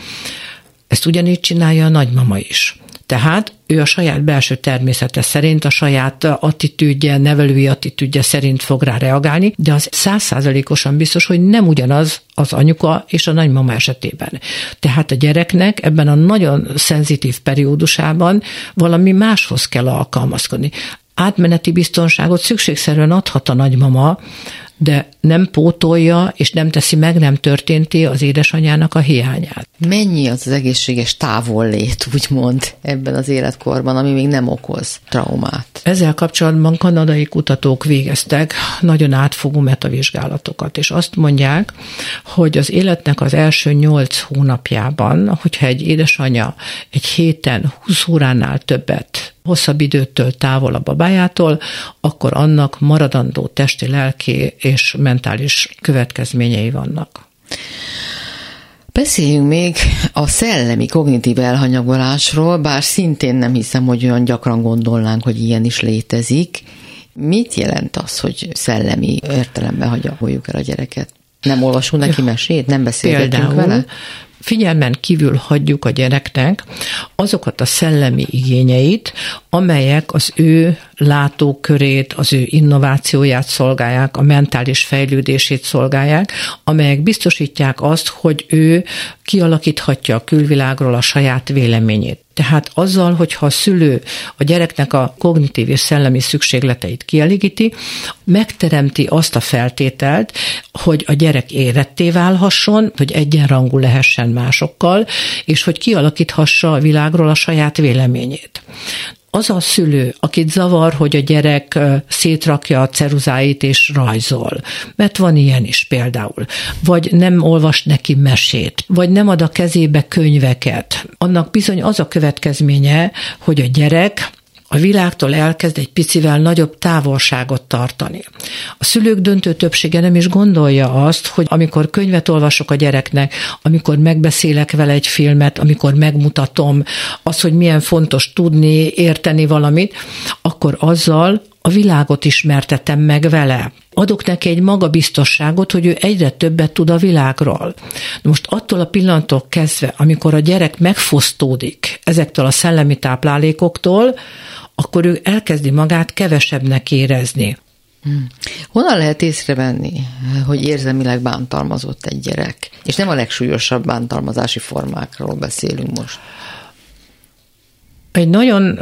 Ezt ugyanígy csinálja a nagymama is. Tehát ő a saját belső természete szerint, a saját attitűdje, nevelői attitűdje szerint fog rá reagálni, de az százszázalékosan biztos, hogy nem ugyanaz az anyuka és a nagymama esetében. Tehát a gyereknek ebben a nagyon szenzitív periódusában valami máshoz kell alkalmazkodni. Átmeneti biztonságot szükségszerűen adhat a nagymama, de nem pótolja, és nem teszi meg, nem történti az édesanyjának a hiányát. Mennyi az az egészséges távollét, úgymond, ebben az életkorban, ami még nem okoz traumát? Ezzel kapcsolatban kanadai kutatók végeztek nagyon átfogó metavizsgálatokat, és azt mondják, hogy az életnek az első nyolc hónapjában, hogyha egy édesanyja egy héten húsz óránál többet hosszabb időtől távol a babájától, akkor annak maradandó testi, lelki és mentális következményei vannak. Beszéljünk még a szellemi kognitív elhanyagolásról, bár szintén nem hiszem, hogy olyan gyakran gondolnánk, hogy ilyen is létezik. Mit jelent az, hogy szellemi értelemben hanyagoljuk el a gyereket? Nem olvasunk neki mesét? Nem beszélgetünk vele? Figyelmen kívül hagyjuk a gyereknek azokat a szellemi igényeit, amelyek az ő látókörét, az ő innovációját szolgálják, a mentális fejlődését szolgálják, amelyek biztosítják azt, hogy ő kialakíthatja a külvilágról a saját véleményét. Tehát azzal, hogyha a szülő a gyereknek a kognitív és szellemi szükségleteit kielégíti, megteremti azt a feltételt, hogy a gyerek éretté válhasson, hogy egyenrangú lehessen másokkal, és hogy kialakíthassa a világról a saját véleményét. Az a szülő, akit zavar, hogy a gyerek szétrakja a ceruzáit és rajzol, mert van ilyen is például, vagy nem olvas neki mesét, vagy nem ad a kezébe könyveket, annak bizony az a következménye, hogy a gyerek a világtól elkezd egy picivel nagyobb távolságot tartani. A szülők döntő többsége nem is gondolja azt, hogy amikor könyvet olvasok a gyereknek, amikor megbeszélek vele egy filmet, amikor megmutatom azt, hogy milyen fontos tudni, érteni valamit, akkor azzal a világot ismertetem meg vele. Adok neki egy magabiztosságot, hogy ő egyre többet tud a világról. Most attól a pillanattól kezdve, amikor a gyerek megfosztódik ezektől a szellemi táplálékoktól, akkor ő elkezdi magát kevesebbnek érezni. Hmm. Honnan lehet észrevenni, hogy érzelmileg bántalmazott egy gyerek? És nem a legsúlyosabb bántalmazási formákról beszélünk most. Egy nagyon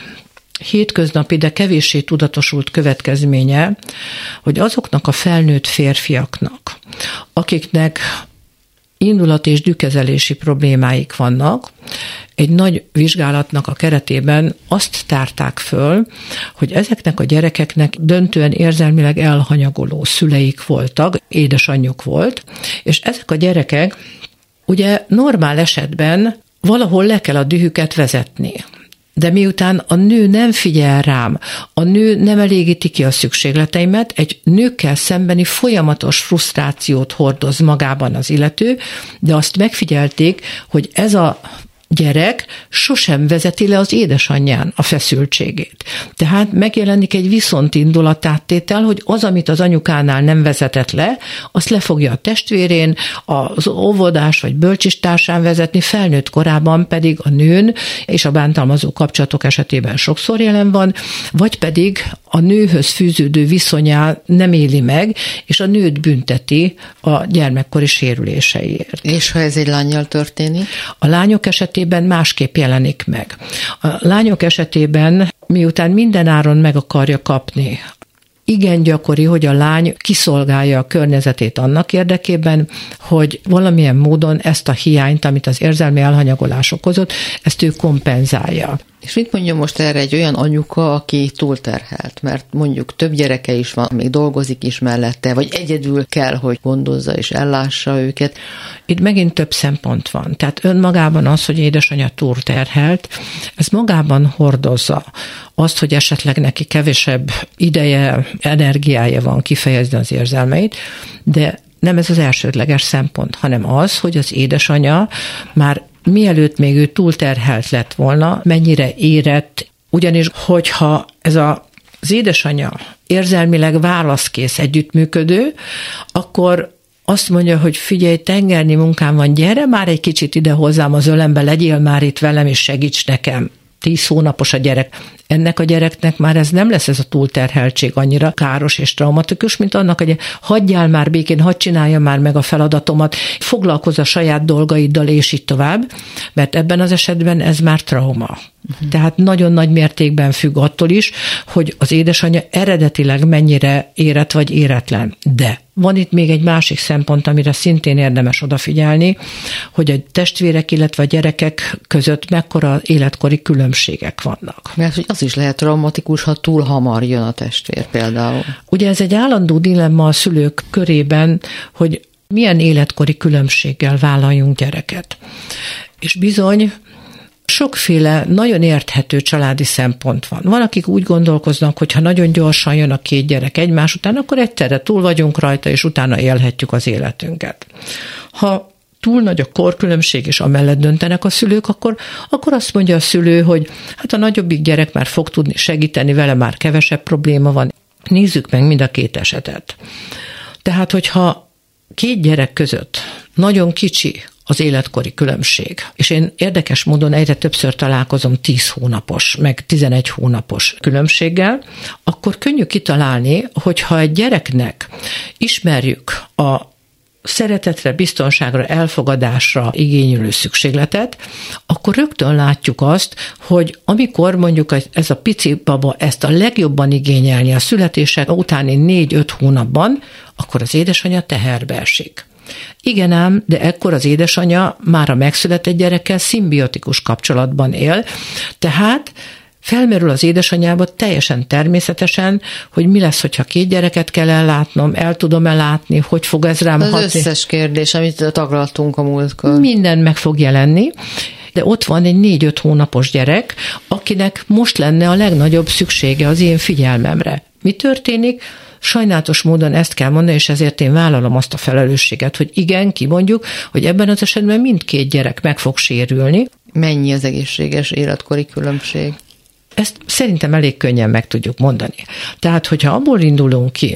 hétköznapi, de kevéssé tudatosult következménye, hogy azoknak a felnőtt férfiaknak, akiknek indulat- és dühkezelési problémáik vannak, egy nagy vizsgálatnak a keretében azt tárták föl, hogy ezeknek a gyerekeknek döntően érzelmileg elhanyagoló szüleik voltak, édesanyjuk volt, és ezek a gyerekek ugye normál esetben valahol le kell a dühüket vezetni. De miután a nő nem figyel rám, a nő nem elégíti ki a szükségleteimet, egy nőkkel szembeni folyamatos frusztrációt hordoz magában az illető, de azt megfigyelték, hogy ez a gyerek sosem vezeti le az édesanyján a feszültségét. Tehát megjelenik egy viszontindulattáttétel, hogy az, amit az anyukánál nem vezetett le, azt le fogja a testvérén, az óvodás vagy bölcsistársán vezetni, felnőtt korában pedig a nőn és a bántalmazó kapcsolatok esetében sokszor jelen van, vagy pedig a nőhöz fűződő viszonyát nem éli meg, és a nőt bünteti a gyermekkori sérüléseiért. És ha ez egy lánnyal történik? A lányok esetében másképp jelenik meg. A lányok esetében, miután mindenáron meg akarja kapni, igen gyakori, hogy a lány kiszolgálja a környezetét annak érdekében, hogy valamilyen módon ezt a hiányt, amit az érzelmi elhanyagolás okozott, ezt ő kompenzálja. És mit mondja most erre egy olyan anyuka, aki túlterhelt, mert mondjuk több gyereke is van, még dolgozik is mellette, vagy egyedül kell, hogy gondozza és ellássa őket? Itt megint több szempont van. Tehát önmagában az, hogy édesanyja túlterhelt, ez magában hordozza azt, hogy esetleg neki kevesebb ideje, energiája van kifejezni az érzelmeit, de nem ez az elsődleges szempont, hanem az, hogy az édesanyja már mielőtt még ő túlterhelt lett volna, mennyire érett, ugyanis hogyha ez a, az édesanyja érzelmileg válaszkész együttműködő, akkor azt mondja, hogy figyelj, tengerni munkám van, gyere már egy kicsit ide hozzám az ölembe, legyél már itt velem, és segíts nekem. Tíz hónapos a gyerek. Ennek a gyereknek már ez nem lesz ez a túlterheltség annyira káros és traumatikus, mint annak, hogy hagyjál már békén, hadd csinálja már meg a feladatomat, foglalkozz a saját dolgaiddal, és így tovább, mert ebben az esetben ez már trauma. Uh-huh. Tehát nagyon nagy mértékben függ attól is, hogy az édesanyja eredetileg mennyire érett vagy éretlen. De van itt még egy másik szempont, amire szintén érdemes odafigyelni, hogy a testvérek, illetve a gyerekek között mekkora életkori különbségek vannak. Mert hogy az is lehet traumatikus, ha túl hamar jön a testvér például. Ugye ez egy állandó dilemma a szülők körében, hogy milyen életkori különbséggel vállaljunk gyereket. És bizony sokféle nagyon érthető családi szempont van. Van, akik úgy gondolkoznak, hogy ha nagyon gyorsan jön a két gyerek egymás után, akkor egyszerre túl vagyunk rajta, és utána élhetjük az életünket. Ha túl nagy a korkülönbség, és amellett döntenek a szülők, akkor, akkor azt mondja a szülő, hogy hát a nagyobbik gyerek már fog tudni segíteni, vele már kevesebb probléma van. Nézzük meg mind a két esetet. Tehát, hogyha két gyerek között nagyon kicsi az életkori különbség. És én érdekes módon egyre többször találkozom tíz hónapos, meg tizenegy hónapos különbséggel, akkor könnyű kitalálni, hogyha egy gyereknek ismerjük a szeretetre, biztonságra, elfogadásra igényülő szükségletet, akkor rögtön látjuk azt, hogy amikor mondjuk ez a pici baba ezt a legjobban igényelni a születése utáni négy-öt hónapban, akkor az édesanyja teherbe esik. Igen ám, de ekkor az édesanyja már a megszületett gyerekkel szimbiotikus kapcsolatban él, tehát felmerül az édesanyjába teljesen természetesen, hogy mi lesz, hogyha két gyereket kell ellátnom, el tudom-e látni, hogy fog ez rám az hatni. Az összes kérdés, amit taglaltunk a múltkor. Minden meg fog jelenni, de ott van egy négy-öt hónapos gyerek, akinek most lenne a legnagyobb szüksége az én figyelmemre. Mi történik? Sajnálatos módon ezt kell mondani, és ezért én vállalom azt a felelősséget, hogy igen, kimondjuk, hogy ebben az esetben mindkét gyerek meg fog sérülni. Mennyi az egészséges életkori különbség? Ezt szerintem elég könnyen meg tudjuk mondani. Tehát, hogyha abból indulunk ki,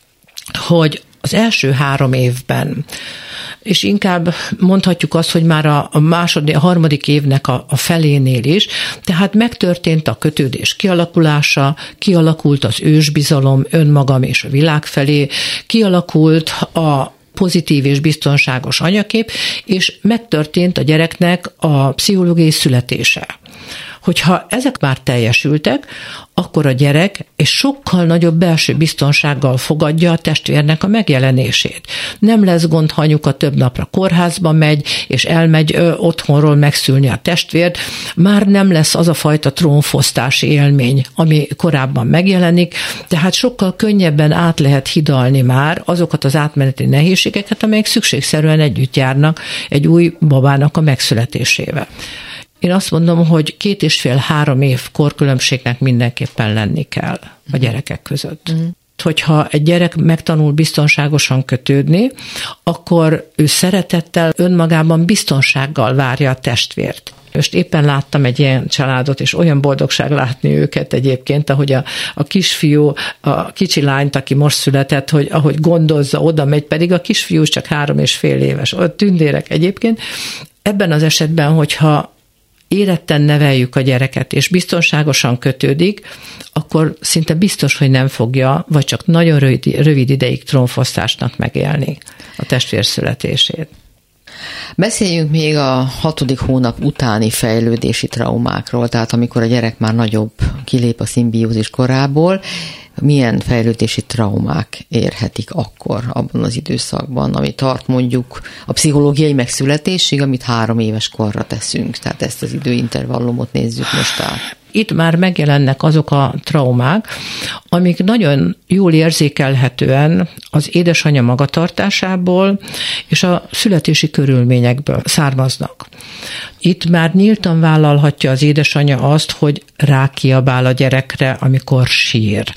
hogy az első három évben, és inkább mondhatjuk azt, hogy már a második, a harmadik évnek a, a felénél is, tehát megtörtént a kötődés kialakulása, kialakult az ősbizalom önmagam és a világ felé, kialakult a pozitív és biztonságos anyakép, és megtörtént a gyereknek a pszichológiai születése. Hogyha ezek már teljesültek, akkor a gyerek egy sokkal nagyobb belső biztonsággal fogadja a testvérnek a megjelenését. Nem lesz gond, ha anyuka több napra kórházba megy, és elmegy ö, otthonról megszülni a testvért, már nem lesz az a fajta trónfosztási élmény, ami korábban megjelenik, tehát sokkal könnyebben át lehet hidalni már azokat az átmeneti nehézségeket, amelyek szükségszerűen együtt járnak egy új babának a megszületésével. Én azt mondom, hogy két és fél-három év korkülönbségnek mindenképpen lenni kell a gyerekek között. Mm. Hogyha egy gyerek megtanul biztonságosan kötődni, akkor ő szeretettel, önmagában biztonsággal várja a testvért. Most éppen láttam egy ilyen családot, és olyan boldogság látni őket egyébként, ahogy a, a kisfiú, a kicsi lányt, aki most született, hogy ahogy gondozza, oda megy, pedig a kisfiú csak három és fél éves, ott tündérek egyébként. Ebben az esetben, hogyha éretten neveljük a gyereket, és biztonságosan kötődik, akkor szinte biztos, hogy nem fogja, vagy csak nagyon rövid, rövid ideig trónfosztásnak megélni a testvér születését. Beszéljünk még a hatodik hónap utáni fejlődési traumákról, tehát amikor a gyerek már nagyobb, kilép a szimbiózis korából, milyen fejlődési traumák érhetik akkor, abban az időszakban, ami tart mondjuk a pszichológiai megszületésig, amit három éves korra teszünk. Tehát ezt az időintervallumot nézzük most át. Itt már megjelennek azok a traumák, amik nagyon jól érzékelhetően az édesanyja magatartásából és a születési körülményekből származnak. Itt már nyíltan vállalhatja az édesanyja azt, hogy rákiabál a gyerekre, amikor sír.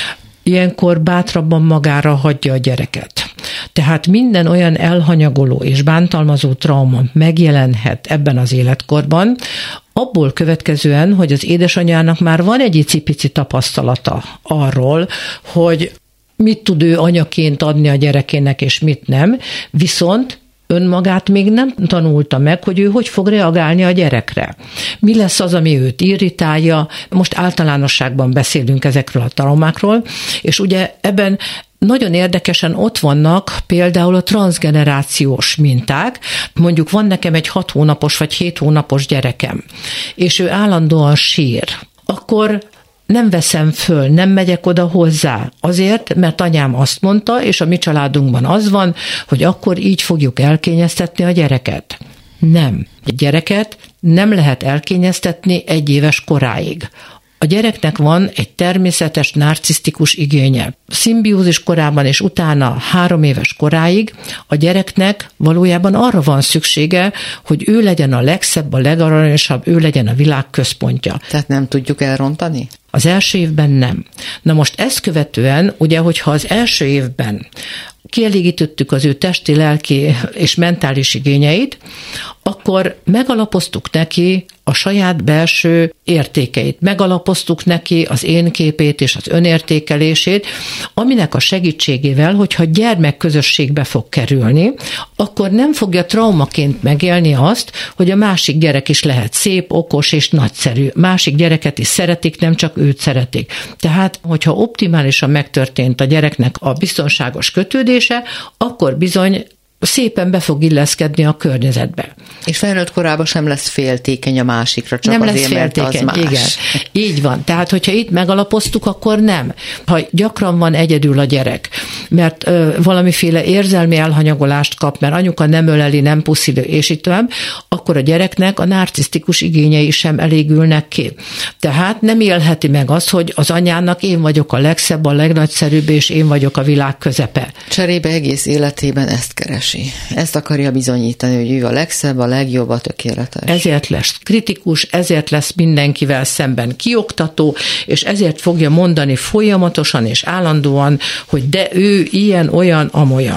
Ilyenkor bátrabban magára hagyja a gyereket. Tehát minden olyan elhanyagoló és bántalmazó trauma megjelenhet ebben az életkorban, abból következően, hogy az édesanyjának már van egy icipici tapasztalata arról, hogy mit tud ő anyaként adni a gyerekének, és mit nem, viszont önmagát még nem tanulta meg, hogy ő hogy fog reagálni a gyerekre. Mi lesz az, ami őt irritálja? Most általánosságban beszélünk ezekről a traumákról, és ugye ebben nagyon érdekesen ott vannak például a transzgenerációs minták. Mondjuk van nekem egy hat hónapos vagy hét hónapos gyerekem, és ő állandóan sír. Akkor nem veszem föl, nem megyek oda hozzá. Azért, mert anyám azt mondta, és a mi családunkban az van, hogy akkor így fogjuk elkényeztetni a gyereket. Nem. A gyereket nem lehet elkényeztetni egy éves koráig. A gyereknek van egy természetes narcisztikus igénye. Szimbiózis korában és utána három éves koráig a gyereknek valójában arra van szüksége, hogy ő legyen a legszebb, a legaranyosabb, ő legyen a világ központja. Tehát nem tudjuk elrontani? Az első évben nem. Na most ezt követően, ugye, hogyha az első évben kielégítettük az ő testi, lelki és mentális igényeit, akkor megalapoztuk neki a saját belső értékeit, megalapoztuk neki az én képét és az önértékelését, aminek a segítségével, hogyha gyermekközösségbe fog kerülni, akkor nem fogja traumaként megélni azt, hogy a másik gyerek is lehet szép, okos és nagyszerű. Másik gyereket is szeretik, nem csak őt szeretik. Tehát, hogyha optimálisan megtörtént a gyereknek a biztonságos kötődése, akkor bizony szépen be fog illeszkedni a környezetbe. És felnőtt korában sem lesz féltékeny a másikra, csak nem azért, lesz féltékeny, mert az más. Igen. Így van. Tehát, hogyha itt megalapoztuk, akkor nem. Ha gyakran van egyedül a gyerek, mert ö, valamiféle érzelmi elhanyagolást kap, mert anyuka nem öleli, nem puszil, és így tovább, akkor a gyereknek a narcisztikus igényei sem elégülnek ki. Tehát nem élheti meg azt, hogy az anyának én vagyok a legszebb, a legnagyszerűbb, és én vagyok a világ közepe. Cserébe egész életében ezt keres. Ezt akarja bizonyítani, hogy ő a legszebb, a legjobb, a tökéletes. Ezért lesz kritikus, ezért lesz mindenkivel szemben kioktató, és ezért fogja mondani folyamatosan és állandóan, hogy de ő ilyen, olyan, amolyan.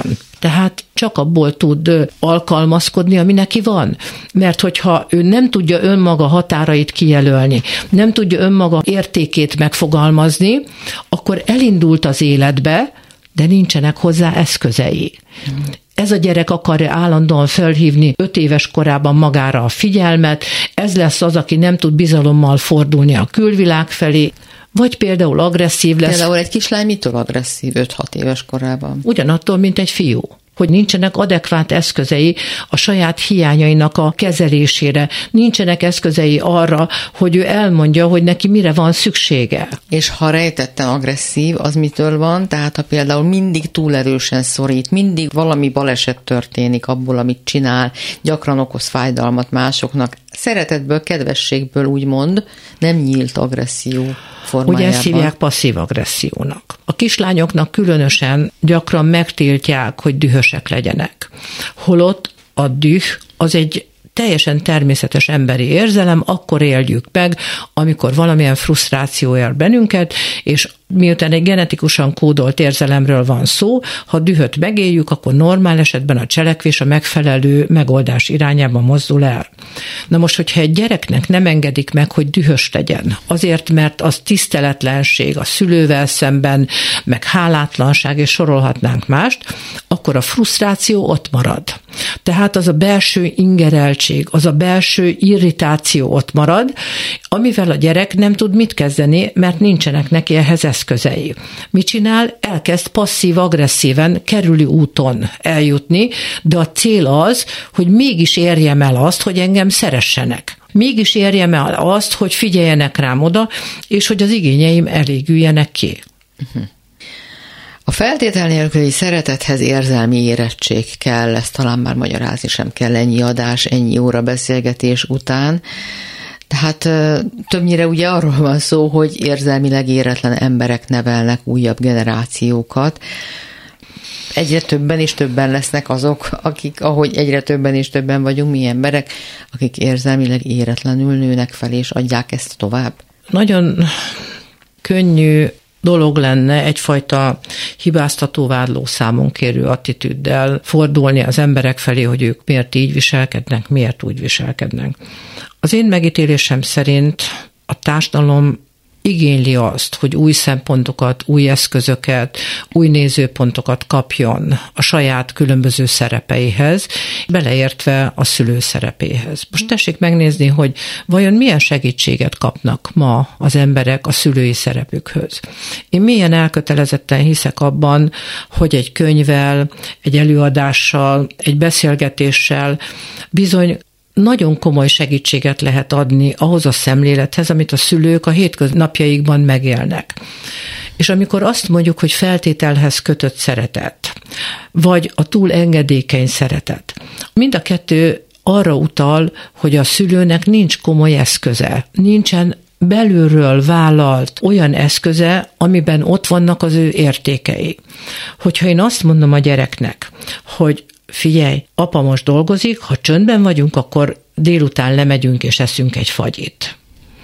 Tehát csak abból tud alkalmazkodni, ami neki van. Mert hogyha ő nem tudja önmaga határait kijelölni, nem tudja önmaga értékét megfogalmazni, akkor elindult az életbe, de nincsenek hozzá eszközei. Ez a gyerek akarja állandóan felhívni öt éves korában magára a figyelmet, ez lesz az, aki nem tud bizalommal fordulni a külvilág felé, vagy például agresszív lesz. Például egy kislány mitől agresszív öt-hat éves korában? Ugyanattól, mint egy fiú. Hogy nincsenek adekvát eszközei a saját hiányainak a kezelésére, nincsenek eszközei arra, hogy ő elmondja, hogy neki mire van szüksége. És ha rejtetten agresszív, az mitől van? Tehát ha például mindig túl erősen szorít, mindig valami baleset történik abból, amit csinál, gyakran okoz fájdalmat másoknak, szeretetből, kedvességből úgymond, nem nyílt agresszió formájában. Ugye ezt hívják passzív agressziónak. A kislányoknak különösen gyakran megtiltják, hogy dühösek legyenek. Holott a düh az egy teljesen természetes emberi érzelem, akkor éljük meg, amikor valamilyen frusztráció ér bennünket, és miután egy genetikusan kódolt érzelemről van szó, ha dühöt megéljük, akkor normál esetben a cselekvés a megfelelő megoldás irányába mozdul el. Na most, hogyha egy gyereknek nem engedik meg, hogy dühös legyen, azért, mert az tiszteletlenség a szülővel szemben, meg hálátlanság, és sorolhatnánk mást, akkor a frusztráció ott marad. Tehát az a belső ingereltség, az a belső irritáció ott marad, amivel a gyerek nem tud mit kezdeni, mert nincsenek neki ehhez eszközei. Mit csinál? Elkezd passzív-agresszíven kerüli úton eljutni, de a cél az, hogy mégis érjem el azt, hogy engem szeressenek. Mégis érjem el azt, hogy figyeljenek rám oda, és hogy az igényeim elégüljenek ki. Uh-huh. A feltétel nélküli szeretethez érzelmi érettség kell, ezt talán már magyarázni sem kell ennyi adás, ennyi óra beszélgetés után. Tehát többnyire ugye arról van szó, hogy érzelmileg éretlen emberek nevelnek újabb generációkat. Egyre többen és többen lesznek azok, akik, ahogy egyre többen és többen vagyunk mi emberek, akik érzelmileg éretlenül nőnek fel és adják ezt tovább. Nagyon könnyű dolog lenne egyfajta hibáztató vádló számon kérő attitűddel fordulni az emberek felé, hogy ők miért így viselkednek, miért úgy viselkednek. Az én megítélésem szerint a társadalom igényli azt, hogy új szempontokat, új eszközöket, új nézőpontokat kapjon a saját különböző szerepeihez, beleértve a szülő szerepéhez. Most tessék megnézni, hogy vajon milyen segítséget kapnak ma az emberek a szülői szerepükhöz. Én mélyen elkötelezetten hiszek abban, hogy egy könyvvel, egy előadással, egy beszélgetéssel bizony nagyon komoly segítséget lehet adni ahhoz a szemlélethez, amit a szülők a hétköznapjaikban megélnek. És amikor azt mondjuk, hogy feltételhez kötött szeretet, vagy a túl engedékeny szeretet, mind a kettő arra utal, hogy a szülőnek nincs komoly eszköze, nincsen belülről vállalt olyan eszköze, amiben ott vannak az ő értékei. Hogyha én azt mondom a gyereknek, hogy figyelj, apa most dolgozik, ha csöndben vagyunk, akkor délután lemegyünk és eszünk egy fagyit.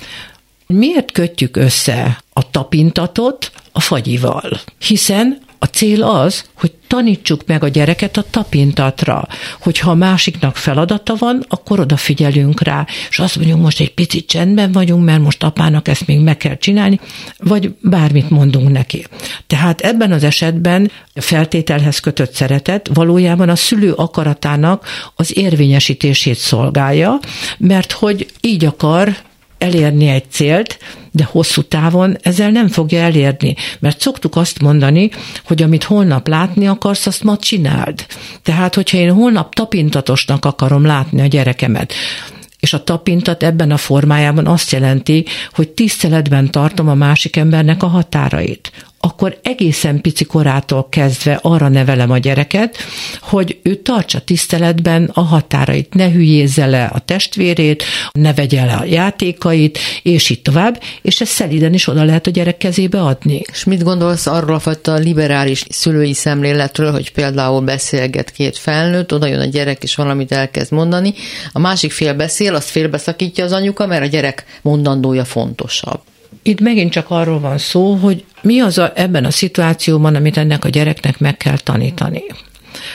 Miért kötjük össze a tapintatot a fagyival? Hiszen a cél az, hogy tanítsuk meg a gyereket a tapintatra, hogyha a másiknak feladata van, akkor odafigyelünk rá, és azt mondjuk, most egy picit csendben vagyunk, mert most apának ezt még meg kell csinálni, vagy bármit mondunk neki. Tehát ebben az esetben a feltételhez kötött szeretet valójában a szülő akaratának az érvényesítését szolgálja, mert hogy így akar elérni egy célt, de hosszú távon ezzel nem fogja elérni. Mert szoktuk azt mondani, hogy amit holnap látni akarsz, azt ma csináld. Tehát, hogyha én holnap tapintatosnak akarom látni a gyerekemet, és a tapintat ebben a formájában azt jelenti, hogy tiszteletben tartom a másik embernek a határait, akkor egészen pici korától kezdve arra nevelem a gyereket, hogy ő tartsa tiszteletben a határait, ne hülyézze le a testvérét, ne vegye le a játékait, és így tovább, és ezt szelíden is oda lehet a gyerek kezébe adni. És mit gondolsz arról a fajta liberális szülői szemléletről, hogy például beszélget két felnőtt, oda jön a gyerek, és valamit elkezd mondani, a másik fél beszél, azt félbeszakítja az anyuka, mert a gyerek mondandója fontosabb. Itt megint csak arról van szó, hogy mi az a, ebben a szituációban, amit ennek a gyereknek meg kell tanítani.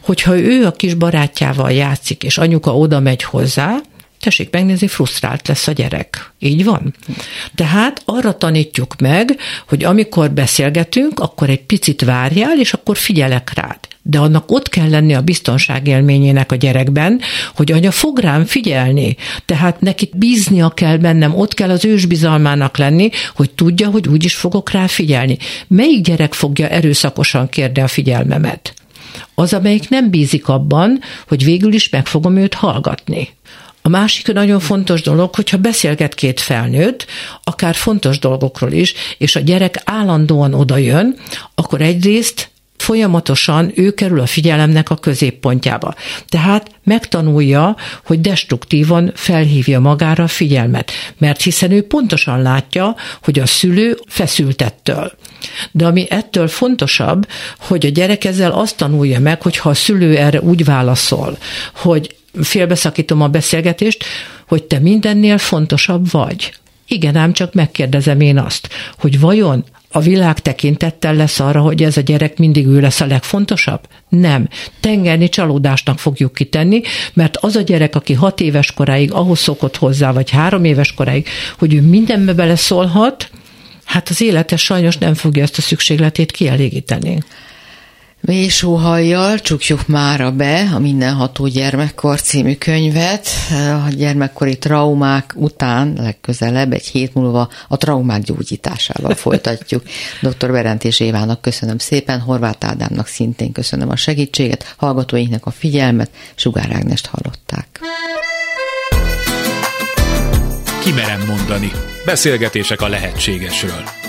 hogyha ő a kis barátjával játszik, és anyuka oda megy hozzá, tessék megnézni, frusztrált lesz a gyerek. Így van? Tehát arra tanítjuk meg, hogy amikor beszélgetünk, akkor egy picit várjál, és akkor figyelek rád. De annak ott kell lenni a biztonságélményének a gyerekben, hogy anya fog rám figyelni. Tehát neki bíznia kell bennem, ott kell az ősbizalmának lenni, hogy tudja, hogy úgyis fogok rá figyelni. Melyik gyerek fogja erőszakosan kérni a figyelmemet? Az, amelyik nem bízik abban, hogy végül is meg fogom őt hallgatni. A másik nagyon fontos dolog, hogyha beszélget két felnőtt, akár fontos dolgokról is, és a gyerek állandóan odajön, akkor egyrészt folyamatosan ő kerül a figyelemnek a középpontjába. Tehát megtanulja, hogy destruktívan felhívja magára a figyelmet, mert hiszen ő pontosan látja, hogy a szülő feszült ettől. De ami ettől fontosabb, hogy a gyerek ezzel azt tanulja meg, hogy ha a szülő erre úgy válaszol, hogy félbeszakítom a beszélgetést, hogy te mindennél fontosabb vagy. Igen, ám csak megkérdezem én azt, hogy vajon a világ tekintettel lesz arra, hogy ez a gyerek mindig ő lesz a legfontosabb? Nem. Tengerni csalódásnak fogjuk kitenni, mert az a gyerek, aki hat éves koráig ahhoz szokott hozzá, vagy három éves koráig, hogy ő mindenbe beleszólhat, hát az élete sajnos nem fogja ezt a szükségletét kielégíteni. Mély sóhajjal csukjuk mára be a Mindenható gyermekkor című könyvet. A gyermekkori traumák után legközelebb, egy hét múlva a traumák gyógyításával folytatjuk. doktor Berentés Évának köszönöm szépen, Horváth Ádámnak szintén köszönöm a segítséget, hallgatóinknak a figyelmet, Sugár Ágnest hallották. Kimerem mondani. Beszélgetések a lehetségesről.